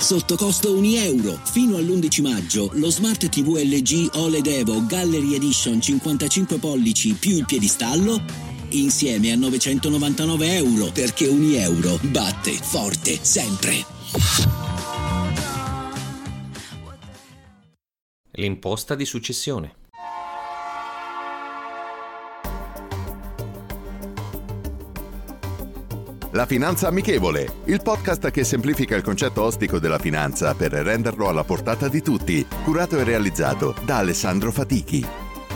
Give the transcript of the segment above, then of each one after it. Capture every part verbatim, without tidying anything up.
sotto costo un euro. Fino all'undici maggio lo Smart ti vu L G O L E D Evo Gallery Edition cinquantacinque pollici più il piedistallo insieme a novecentonovantanove euro, perché un euro batte forte sempre. L'imposta di successione. La Finanza Amichevole, il podcast che semplifica il concetto ostico della finanza per renderlo alla portata di tutti, curato e realizzato da Alessandro Fatichi.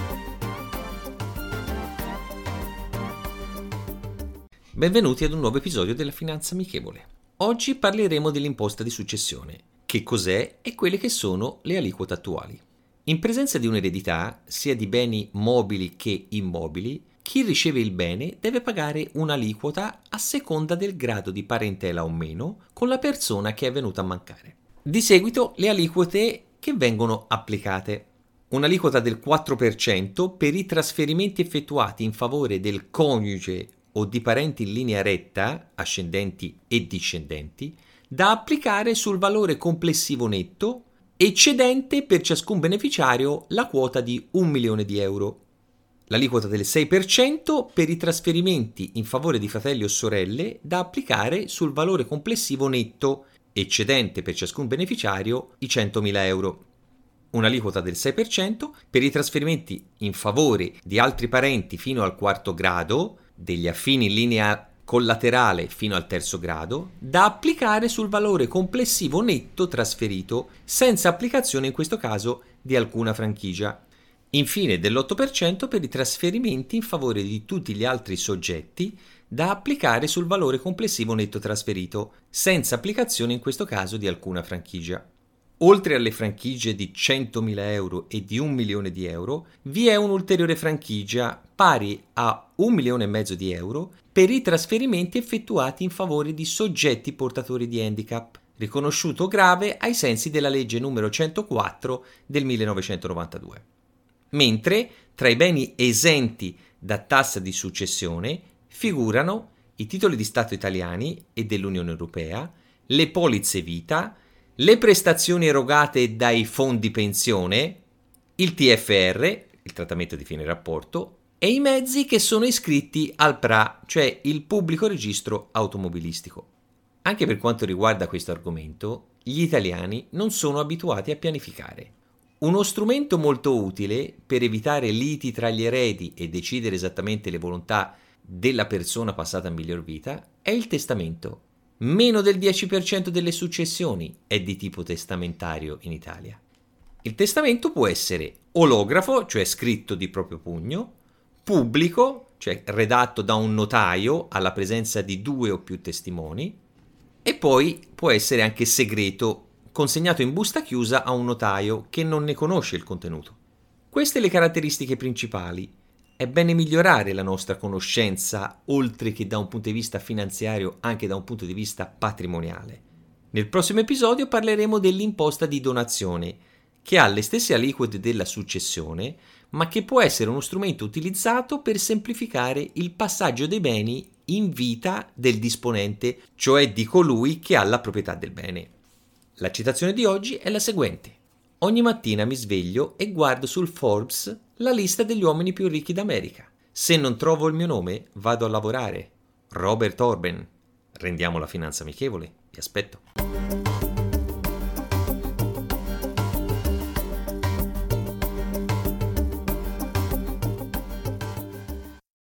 Benvenuti ad un nuovo episodio della Finanza Amichevole. Oggi parleremo dell'imposta di successione, che cos'è e quelle che sono le aliquote attuali. In presenza di un'eredità, sia di beni mobili che immobili, chi riceve il bene deve pagare un'aliquota a seconda del grado di parentela o meno con la persona che è venuta a mancare. Di seguito le aliquote che vengono applicate. Un'aliquota del quattro per cento per i trasferimenti effettuati in favore del coniuge o di parenti in linea retta, ascendenti e discendenti, da applicare sul valore complessivo netto eccedente per ciascun beneficiario la quota di un milione di euro. L'aliquota del sei per cento per i trasferimenti in favore di fratelli o sorelle da applicare sul valore complessivo netto, eccedente per ciascun beneficiario i centomila euro. Un'aliquota del sei per cento per i trasferimenti in favore di altri parenti fino al quarto grado, degli affini in linea collaterale fino al terzo grado, da applicare sul valore complessivo netto trasferito, senza applicazione in questo caso di alcuna franchigia. Infine dell'otto per cento per i trasferimenti in favore di tutti gli altri soggetti da applicare sul valore complessivo netto trasferito, senza applicazione in questo caso di alcuna franchigia. Oltre alle franchigie di centomila euro e di un milione di euro, vi è un'ulteriore franchigia pari a un milione e mezzo di euro per i trasferimenti effettuati in favore di soggetti portatori di handicap, riconosciuto grave ai sensi della legge numero centoquattro del millenovecentonovantadue. Mentre tra i beni esenti da tassa di successione figurano i titoli di Stato italiani e dell'Unione Europea, le polizze vita, le prestazioni erogate dai fondi pensione, il T F R, il trattamento di fine rapporto, e i mezzi che sono iscritti al P R A, cioè il pubblico registro automobilistico. Anche per quanto riguarda questo argomento, gli italiani non sono abituati a pianificare. Uno strumento molto utile per evitare liti tra gli eredi e decidere esattamente le volontà della persona passata a miglior vita è il testamento. Meno del dieci per cento delle successioni è di tipo testamentario in Italia. Il testamento può essere olografo, cioè scritto di proprio pugno, pubblico, cioè redatto da un notaio alla presenza di due o più testimoni, e poi può essere anche segreto, consegnato in busta chiusa a un notaio che non ne conosce il contenuto. Queste le caratteristiche principali. È bene migliorare la nostra conoscenza, oltre che da un punto di vista finanziario, anche da un punto di vista patrimoniale. Nel prossimo episodio parleremo dell'imposta di donazione, che ha le stesse aliquote della successione, ma che può essere uno strumento utilizzato per semplificare il passaggio dei beni in vita del disponente, cioè di colui che ha la proprietà del bene. La citazione di oggi è la seguente. Ogni mattina mi sveglio e guardo sul Forbes la lista degli uomini più ricchi d'America. Se non trovo il mio nome, vado a lavorare. Robert Orben. Rendiamo la finanza amichevole. Vi aspetto.